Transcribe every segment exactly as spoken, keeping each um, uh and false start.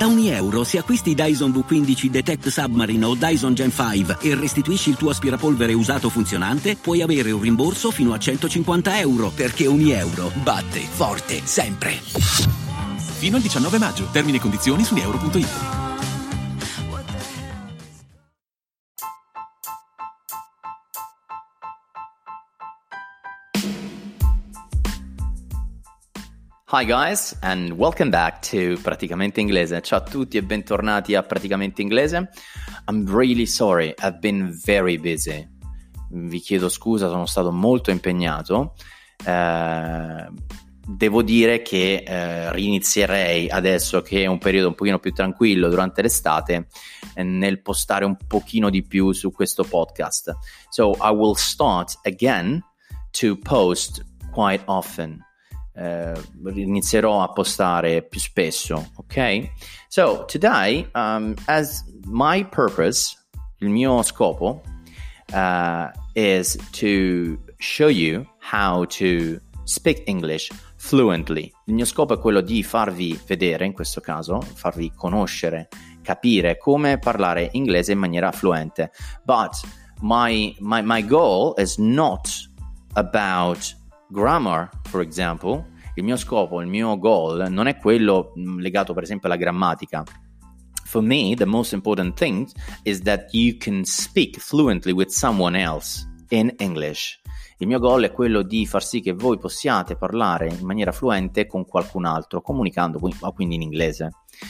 Da ogni euro, se acquisti Dyson V quindici Detect Submarine o Dyson Gen cinque e restituisci il tuo aspirapolvere usato funzionante, puoi avere un rimborso fino a centocinquanta euro, perché ogni euro batte forte sempre. Fino al diciannove maggio. Termini e condizioni su euro punto it. Hi guys, and welcome back to Praticamente Inglese. Ciao a tutti e bentornati a Praticamente Inglese. I'm really sorry, I've been very busy. Vi chiedo scusa, sono stato molto impegnato. Eh, devo dire che eh, rinizierei adesso che è un periodo un pochino più tranquillo durante l'estate eh, nel postare un pochino di più su questo podcast. So I will start again to post quite often. Uh, inizierò a postare più spesso, ok? So today, um, as my purpose, il mio scopo uh, is to show you how to speak English fluently. Il mio scopo è quello di farvi vedere, in questo caso, farvi conoscere, capire come parlare inglese in maniera fluente. But my my my goal is not about grammar, for example. Il mio scopo, il mio goal non è quello legato per esempio alla grammatica. For me, the most important thing is that you can speak fluently with someone else in English. Il mio goal è quello di far sì che voi possiate parlare in maniera fluente con qualcun altro, comunicando quindi in inglese.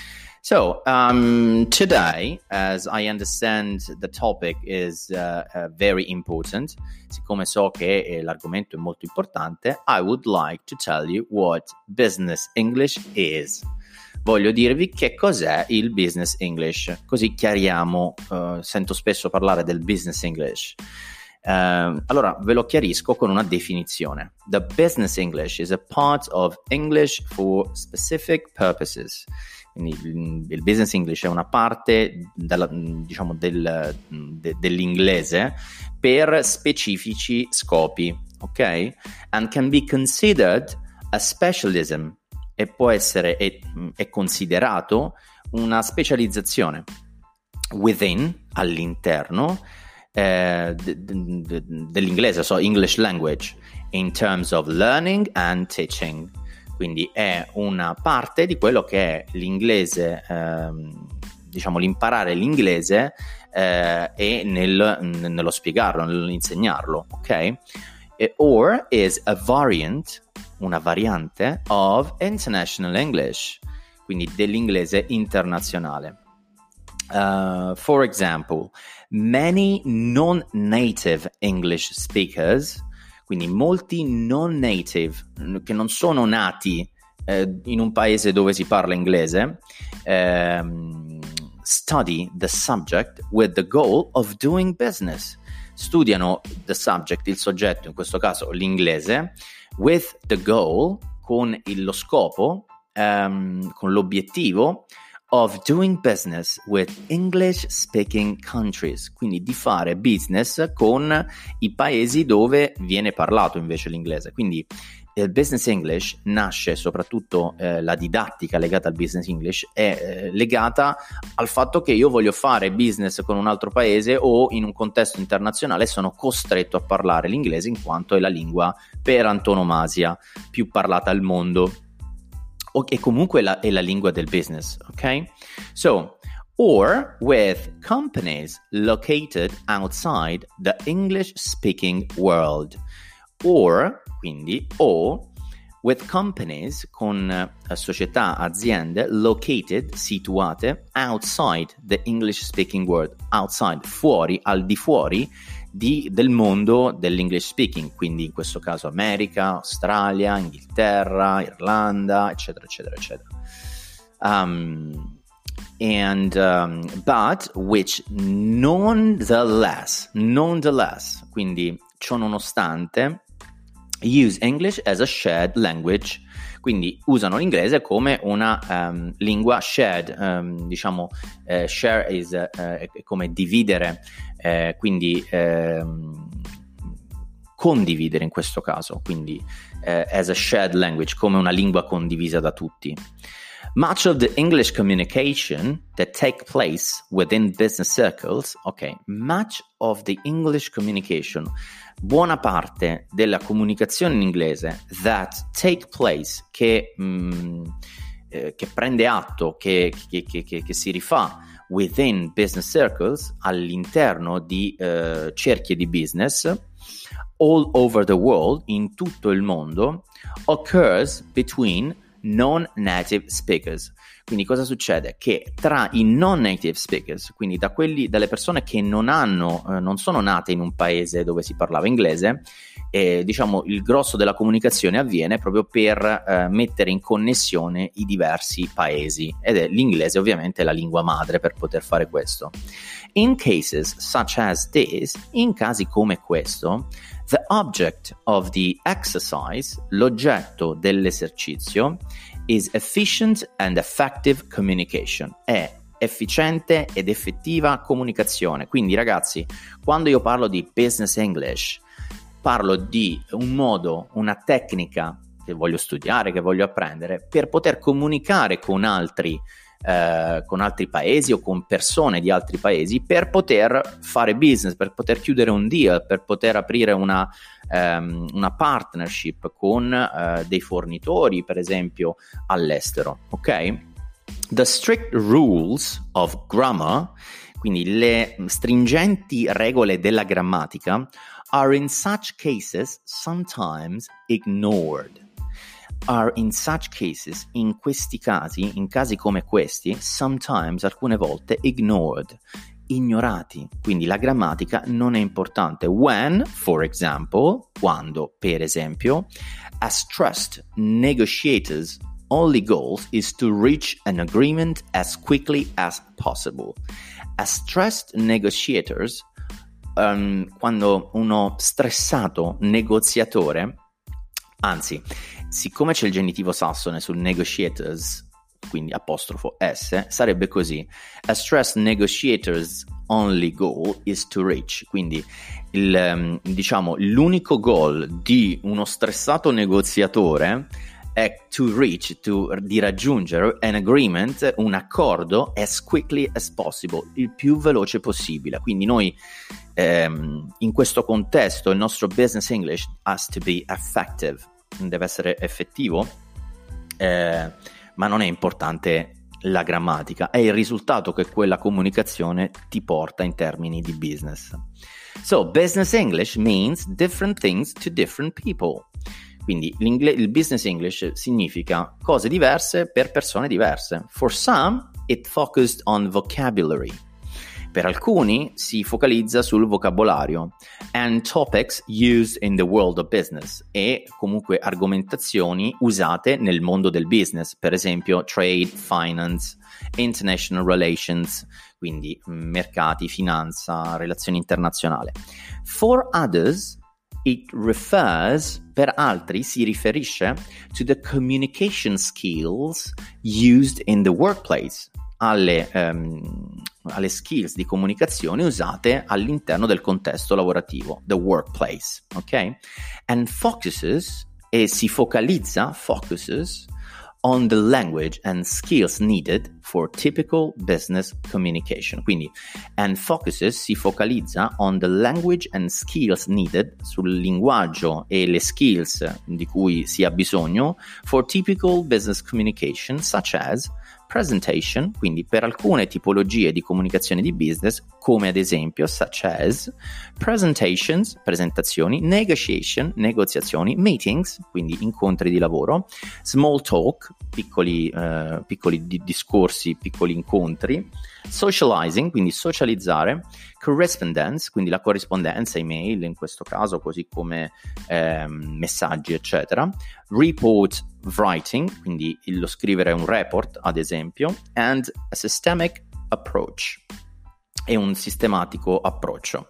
So, um, today, as I understand the topic is uh, uh, very important, siccome so che eh, l'argomento è molto importante, I would like to tell you what business English is. Voglio dirvi che cos'è il business English, così chiariamo, uh, sento spesso parlare del business English. Uh, allora, ve lo chiarisco con una definizione. The business English is a part of English for specific purposes. Quindi il business English è una parte della, diciamo del, de, dell'inglese per specifici scopi, ok? And can be considered a specialism, e può essere è, è considerato una specializzazione within, all'interno eh, de, de, de, dell'inglese, so English language, in terms of learning and teaching. Quindi è una parte di quello che è l'inglese, ehm, diciamo l'imparare l'inglese eh, e nel, nello spiegarlo, nell'insegnarlo, ok? E, or is a variant, una variante of international English, quindi dell'inglese internazionale. Uh, for example, many non-native English speakers, quindi molti non native, che non sono nati eh, in un paese dove si parla inglese, ehm, study the subject with the goal of doing business. Studiano the subject, il soggetto, in questo caso l'inglese, with the goal, con il, lo scopo, ehm, con l'obiettivo of doing business with English speaking countries, quindi di fare business con i paesi dove viene parlato invece l'inglese. Quindi il business English nasce, soprattutto eh, la didattica legata al business English è eh, legata al fatto che io voglio fare business con un altro paese o in un contesto internazionale sono costretto a parlare l'inglese in quanto è la lingua per antonomasia più parlata al mondo. E comunque la, è la lingua del business, ok? So, or with companies located outside the English-speaking world. Or, quindi, o, with companies, con uh, società, aziende, located, situate, outside the English-speaking world. Outside, fuori, al di fuori Di, del mondo dell'English speaking, quindi in questo caso America, Australia, Inghilterra, Irlanda, eccetera, eccetera, eccetera. Um, and um, but which nonetheless, nonetheless, quindi ciò nonostante, use English as a shared language. Quindi usano l'inglese come una um, lingua shared, um, diciamo uh, share is uh, uh, come dividere, uh, quindi uh, condividere in questo caso, quindi uh, as a shared language, come una lingua condivisa da tutti. Much of the English communication that take place within business circles, ok, much of the English communication, buona parte della comunicazione in inglese that take place, che, mh, eh, che prende atto, che, che, che, che, che si rifà within business circles, all'interno di uh, cerchie di business, all over the world, in tutto il mondo, occurs between non-native speakers. Quindi cosa succede? Che tra i non-native speakers, quindi da quelli, dalle persone che non hanno, eh, non sono nate in un paese dove si parlava inglese, eh, diciamo il grosso della comunicazione avviene proprio per eh, mettere in connessione i diversi paesi, ed è l'inglese ovviamente la lingua madre per poter fare questo. In cases such as this, in casi come questo, the object of the exercise, l'oggetto dell'esercizio, is efficient and effective communication. È efficiente ed effettiva comunicazione. Quindi ragazzi, quando io parlo di business English, parlo di un modo, una tecnica che voglio studiare, che voglio apprendere per poter comunicare con altri Eh, con altri paesi o con persone di altri paesi, per poter fare business, per poter chiudere un deal, per poter aprire una, um, una partnership con uh, dei fornitori, per esempio, all'estero. Ok? The strict rules of grammar, quindi le stringenti regole della grammatica, are in such cases sometimes ignored. Are in such cases, in questi casi, in casi come questi, sometimes, alcune volte, ignored, ignorati. Quindi la grammatica non è importante. When, for example, quando, per esempio, as trust negotiators' only goal is to reach an agreement as quickly as possible. As trust negotiators, um, quando uno stressato negoziatore, anzi, siccome c'è il genitivo sassone sul negotiators, quindi apostrofo S, sarebbe così: a stressed negotiator's only goal is to reach. Quindi il, diciamo l'unico goal di uno stressato negoziatore è to reach, to, di raggiungere an agreement, un accordo, as quickly as possible, il più veloce possibile. Quindi noi ehm, in questo contesto il nostro business English has to be effective, deve essere effettivo, eh, ma non è importante la grammatica, è il risultato che quella comunicazione ti porta in termini di business. So, business English means different things to different people. Quindi il business English significa cose diverse per persone diverse. For some, it focused on vocabulary. Per alcuni si focalizza sul vocabolario and topics used in the world of business, e comunque argomentazioni usate nel mondo del business, per esempio trade, finance, international relations, quindi mercati, finanza, relazioni internazionali. For others, it refers, per altri si riferisce to the communication skills used in the workplace, alle, um, alle skills di comunicazione usate all'interno del contesto lavorativo, the workplace, ok? And focuses, e si focalizza, focuses, on the language and skills needed for typical business communication. Quindi, and focuses, si focalizza on the language and skills needed, sul linguaggio e le skills di cui si ha bisogno for typical business communication, such as presentation, quindi per alcune tipologie di comunicazione di business, come ad esempio such as presentations, presentazioni, negotiation, negoziazioni, meetings, quindi incontri di lavoro, small talk, piccoli, eh, piccoli di- discorsi, piccoli incontri, socializing, quindi socializzare, correspondence, quindi la corrispondenza, email in questo caso, così come eh, messaggi eccetera, report writing, quindi lo scrivere un report ad esempio, and a systemic approach, è un sistematico approccio.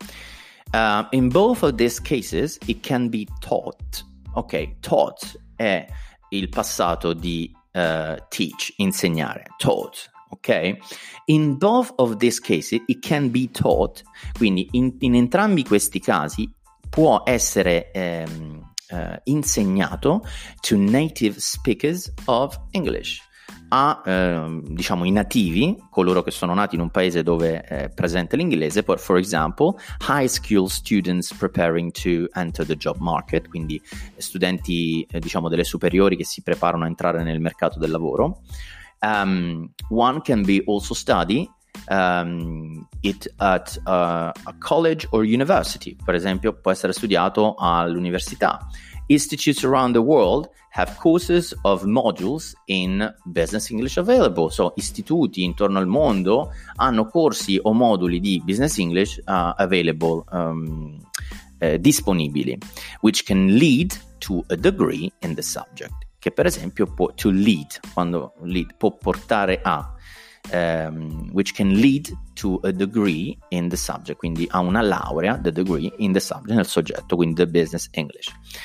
Uh, in both of these cases it can be taught. Ok, taught è il passato di uh, teach, insegnare, taught. Ok? In both of these cases it can be taught, quindi in, in entrambi questi casi può essere ehm, Uh, insegnato to native speakers of English, a eh, diciamo i nativi, coloro che sono nati in un paese dove è presente l'inglese, for, for example, high skill students preparing to enter the job market, quindi studenti eh, diciamo delle superiori che si preparano a entrare nel mercato del lavoro. Um, one can be also study um, it at uh, a college or university, per esempio può essere studiato all'università. Institutes around the world have courses of modules in business English available. So, istituti intorno al mondo hanno corsi o moduli di business English uh, available, um, uh, disponibili, which can lead to a degree in the subject. Che per esempio può, to lead, quando lead può portare a, um, which can lead to a degree in the subject, quindi a una laurea, the degree in the subject, nel soggetto, quindi the business English.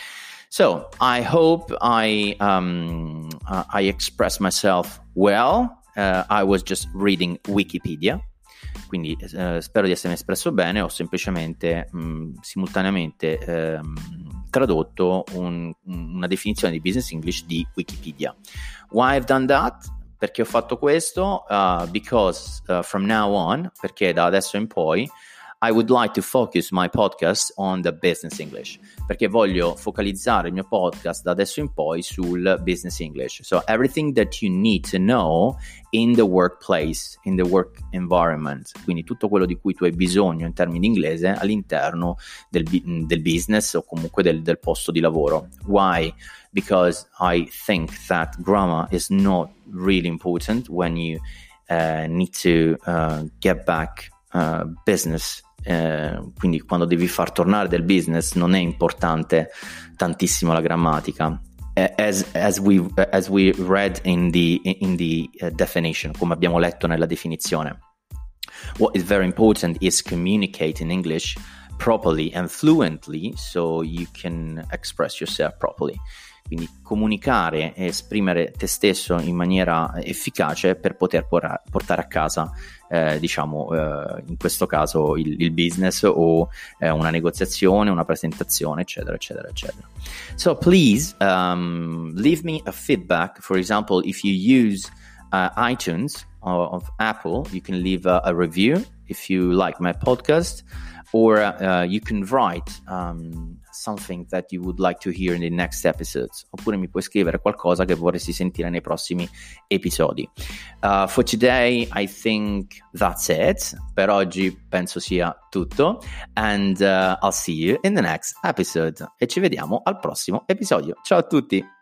So I hope I um, uh, I expressed myself well. Uh, I was just reading Wikipedia, quindi uh, spero di essermi espresso bene. Ho semplicemente mh, simultaneamente um, tradotto un, una definizione di business English di Wikipedia. Why I've done that? Perché ho fatto questo? Uh, because uh, from now on, perché da adesso in poi I would like to focus my podcast on the business English, perché voglio focalizzare il mio podcast da adesso in poi sul business English. So everything that you need to know in the workplace, in the work environment, quindi tutto quello di cui tu hai bisogno in termini di inglese all'interno del, del business o comunque del, del posto di lavoro. Why? Because I think that grammar is not really important when you uh, need to uh, get back uh, business. Uh, quindi quando devi far tornare del business non è importante tantissimo la grammatica, as, as, we, as we read in the, in the uh, definition, come abbiamo letto nella definizione. What is very important is communicate in English properly and fluently so you can express yourself properly. Quindi comunicare e esprimere te stesso in maniera efficace per poter por- portare a casa, eh, diciamo, eh, in questo caso il, il business o eh, una negoziazione, una presentazione, eccetera, eccetera, eccetera. So please um, leave me a feedback. For example, if you use uh, iTunes or of Apple, you can leave a, a review if you like my podcast. Or uh, you can write um, something that you would like to hear in the next episodes. Oppure mi puoi scrivere qualcosa che vorresti sentire nei prossimi episodi. Uh, for today, I think that's it. Per oggi penso sia tutto. And uh, I'll see you in the next episode. E ci vediamo al prossimo episodio. Ciao a tutti!